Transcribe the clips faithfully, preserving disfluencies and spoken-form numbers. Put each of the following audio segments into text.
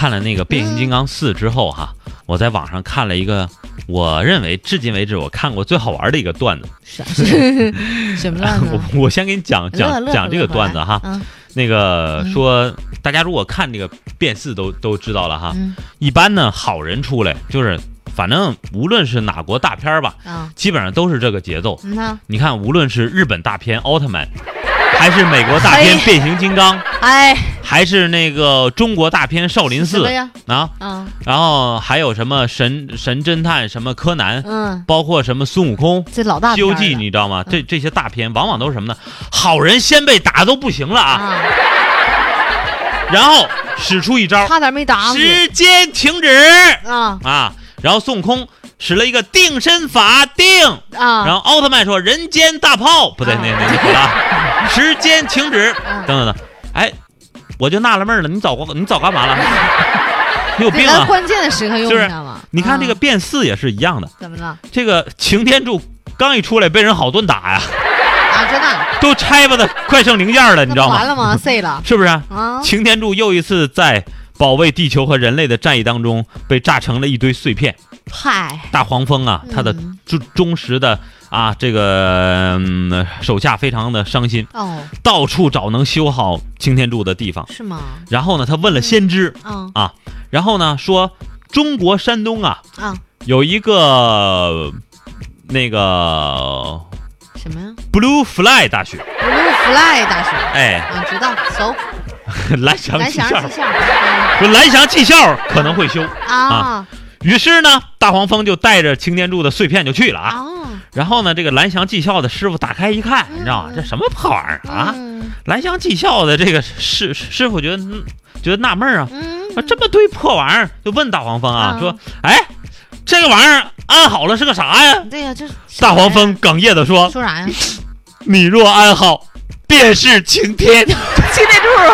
看了那个变形金刚四之后哈，嗯、我在网上看了一个我认为至今为止我看过最好玩的一个段子。 什么段子？ 我我先给你讲讲讲这个段子哈。嗯、那个说、嗯、大家如果看这个变四都都知道了哈。嗯、一般呢好人出来就是。反正无论是哪国大片吧，嗯、基本上都是这个节奏。嗯、你看，无论是日本大片奥特曼，还是美国大片变形金刚，哎，还是那个中国大片少林寺啊，嗯、然后还有什么神神侦探什么柯南，嗯，包括什么孙悟空， 这老大西游记，你知道吗？嗯、这这些大片往往都是什么呢？好人先被打都不行了啊，啊然后使出一招， 差点没打死， 时间停止啊啊！然后孙悟空使了一个定身法定啊，然后奥特曼说人间大炮，不对，那那那不了，时间停止，等等等，哎，我就纳了闷了，你早你早干嘛了？你有病啊！ 关键的时刻用一下嘛。 你看这个变四也是一样的， 怎么了？ 这个擎天柱刚一出来被人好顿打呀。 啊，真的都拆吧的快剩零件了，你知道吗？ 完了吗？碎了， 是不是？啊，擎天柱又一次在保卫地球和人类的战役当中被炸成了一堆碎片。 嗨， 大黄蜂啊，他的忠忠实的啊，这个、嗯、手下非常的伤心哦，到处找能修好擎天柱的地方， 是吗？然后呢，他问了先知，嗯啊，然后呢说中国山东啊，啊有一个那个什么呀 ？Blue Fly 大学 ，Blue Fly 大学， 哎， 啊，知道，熟。 蓝翔技校， 蓝翔技校， 说蓝翔技校可能会修啊。啊于是呢，大黄蜂就带着擎天柱的碎片就去了啊。哦、然后呢，这个蓝翔技校的师傅打开一看，嗯、你知道吗？这什么破玩意儿啊？嗯、蓝翔技校的这个师师傅觉得觉得纳闷啊，嗯、啊，这么堆破玩意儿，就问大黄蜂啊，嗯、说，哎，这个玩意儿安好了是个啥呀？ 对呀，这大黄蜂哽咽的说， 说啥呀？ 你若安好，便是晴天。 擎天柱，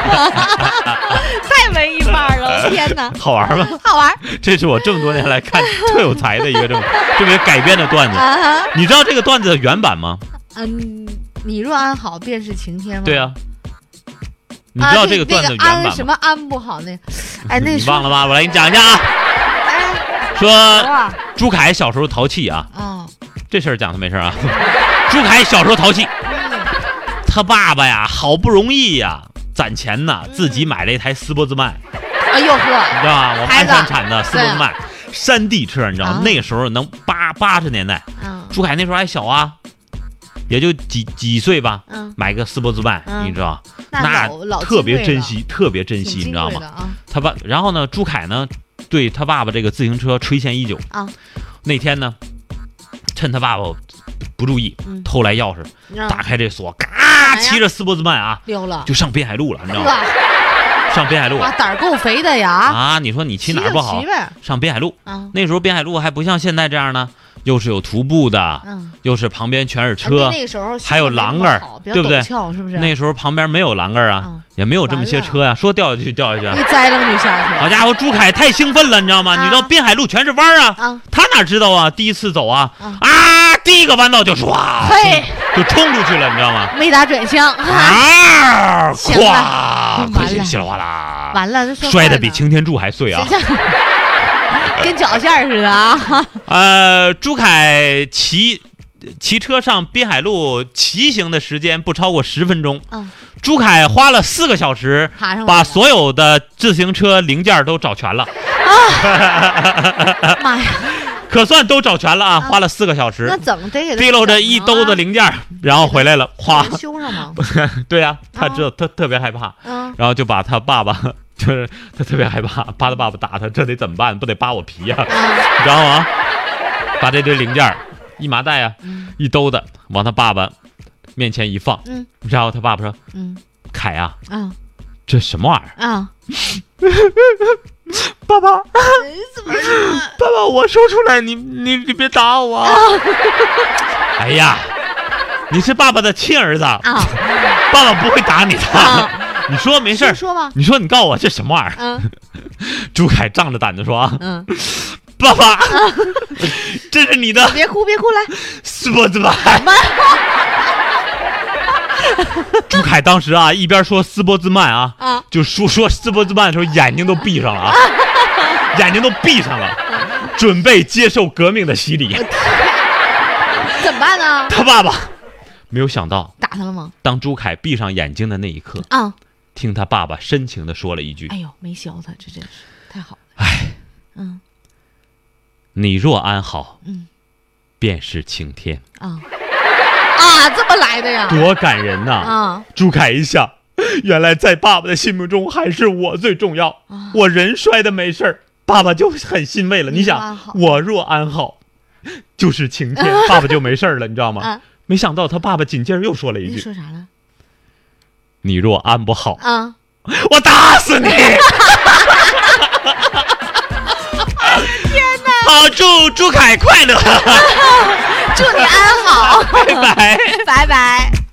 太文艺范儿了！天哪， 好玩吗？ 好玩。 这是我这么多年来看特有才的一个这么特别改编的段子。啊、你知道这个段子的原版吗？ 嗯，你若安好，便是晴天吗？ 对啊。你知道这个段子的原版吗？ 啊那个、什么安不好那？哎，那你忘了吗？我来给你讲一下啊。哎、说朱凯小时候淘气啊。哦。这事儿讲他没事啊。朱凯小时候淘气。他爸爸呀，好不容易呀，攒钱呢，自己买了一台斯波兹曼。 哎呦呵， 你知道吗？我们鞍山产的斯波兹曼，山地车，你知道吗？啊、那个时候能八八十年代，嗯、朱凯那时候还小啊，也就几几岁吧，嗯、买个斯波兹曼，嗯、你知道， 那特别珍惜，特别珍惜，你知道吗？啊、他爸，然后呢，朱凯呢，对他爸爸这个自行车垂涎已久啊。那天呢，趁他爸爸不注意，嗯、偷来钥匙，嗯、打开这锁，嘎，骑着斯波兹曼啊， 溜了， 就上滨海路了，你知道吗？上滨海路， 啊，胆儿够肥的呀！ 啊，你说你骑哪儿不好？上滨海路，啊，那时候滨海路还不像现在这样呢，又是有徒步的，嗯，又是旁边全是车， 那个时候还有栏杆，对不对？ 是不是？ 那时候旁边没有栏杆啊，嗯、也没有这么些车呀、啊，说掉下去掉下去， 一栽楞就下去。 好家伙，朱凯太兴奋了，你知道吗？啊、你知道滨海路全是弯啊，啊他哪知道啊？第一次走啊，啊，啊第一个弯道就唰， 嘿， 就冲出去了，你知道吗？ 没打准枪， 啊，咵，快些稀里哗啦， 完了， 摔得比擎天柱还碎啊！ 跟脚线似的啊！ 呃，朱凯骑骑车上滨海路骑行的时间不超过十分钟。嗯，朱凯花了四个小时，把所有的自行车零件都找全了。 啊！妈呀！ 可算都找全了啊！花了四个小时。 那怎么得给提溜着一兜子零件，然后回来了，哗！ 修上吗？ 对呀、啊，他知道他特别害怕，嗯，然后就把他爸爸。就是他特别害怕，怕他爸爸打他，这得怎么办？不得扒我皮呀、啊，你知道吗？把这堆零件一麻袋啊，嗯、一兜子往他爸爸面前一放，嗯、然后他爸爸说：“嗯，凯啊，嗯，这什么玩意儿啊？”爸爸， 怎么爸爸，我说出来，你你你别打我啊！哎呀，你是爸爸的亲儿子啊，爸爸不会打你的。啊你说没事说吧。 你说你告诉我这什么玩意儿？嗯，朱凯仗着胆子说啊，嗯，爸爸，啊、这是你的， 别哭别哭，来， 斯波兹曼。 朱凯当时啊，一边说斯波兹曼啊，啊就说说斯波兹曼的时候，眼睛都闭上了啊，眼睛都闭上了，准备接受革命的洗礼。 怎么办呢？ 他爸爸没有想到打他了吗？ 当朱凯闭上眼睛的那一刻啊，听他爸爸深情地说了一句：“ 哎呦，没削他，这真是太好了。” 哎，嗯，你若安好，嗯，便是晴天啊啊，这么来的呀？ 多感人呐！啊，朱凯一想，原来在爸爸的心目中还是我最重要。啊、我人摔的没事儿，爸爸就很欣慰了。你想，我若安好，就是晴天，啊、爸爸就没事了，你知道吗？啊、没想到他爸爸紧接着又说了一句：“ 说啥了？ 你若安不好啊， 我打死你！” 天哪！ 好，祝朱凯快乐， 祝你安好， 拜拜， 拜拜。